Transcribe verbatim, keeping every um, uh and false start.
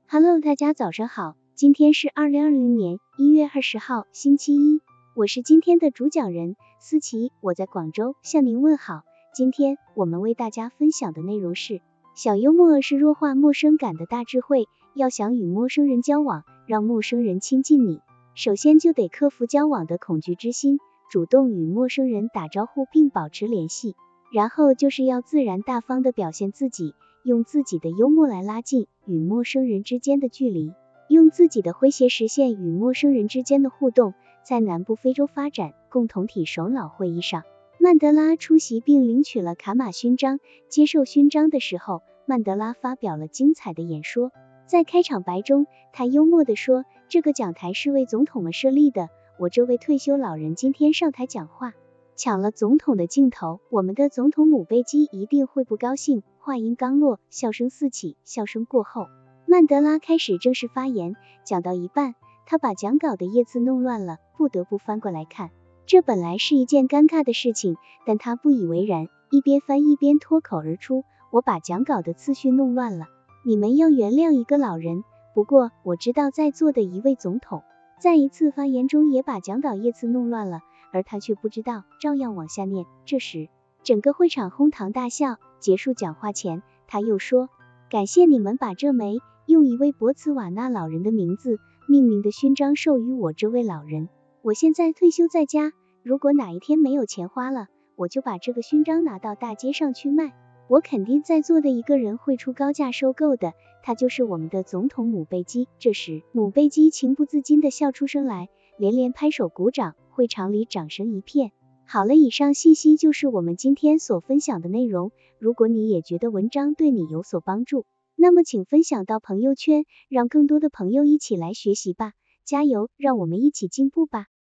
Hello， 大家早上好，今天是二零二零年一月二十号，星期一，我是今天的主讲人思琪，我在广州向您问好。今天我们为大家分享的内容是，小幽默是弱化陌生感的大智慧，要想与陌生人交往，让陌生人亲近你，首先就得克服交往的恐惧之心，主动与陌生人打招呼并保持联系，然后就是要自然大方地表现自己，用自己的幽默来拉近与陌生人之间的距离，用自己的诙谐实现与陌生人之间的互动。在南部非洲发展共同体首脑会议上，曼德拉出席并领取了卡马勋章。接受勋章的时候，曼德拉发表了精彩的演说。在开场白中，他幽默地说，这个讲台是为总统们设立的，我这位退休老人今天上台讲话，抢了总统的镜头，我们的总统姆贝基一定会不高兴。话音刚落，笑声四起，笑声过后，曼德拉开始正式发言，讲到一半，他把讲稿的页字弄乱了，不得不翻过来看。这本来是一件尴尬的事情，但他不以为然，一边翻一边脱口而出，我把讲稿的次序弄乱了，你们要原谅一个老人，不过我知道在座的一位总统在一次发言中也把讲稿页字弄乱了，而他却不知道，照样往下念。这时整个会场哄堂大笑。结束讲话前，他又说，感谢你们把这枚用一位博茨瓦纳老人的名字命名的勋章授予我这位老人。我现在退休在家，如果哪一天没有钱花了，我就把这个勋章拿到大街上去卖，我肯定在座的一个人会出高价收购的，他就是我们的总统姆贝基。这时姆贝基情不自禁地笑出声来，连连拍手鼓掌，会场里掌声一片。好了，以上信息就是我们今天所分享的内容。如果你也觉得文章对你有所帮助，那么请分享到朋友圈，让更多的朋友一起来学习吧。加油，让我们一起进步吧。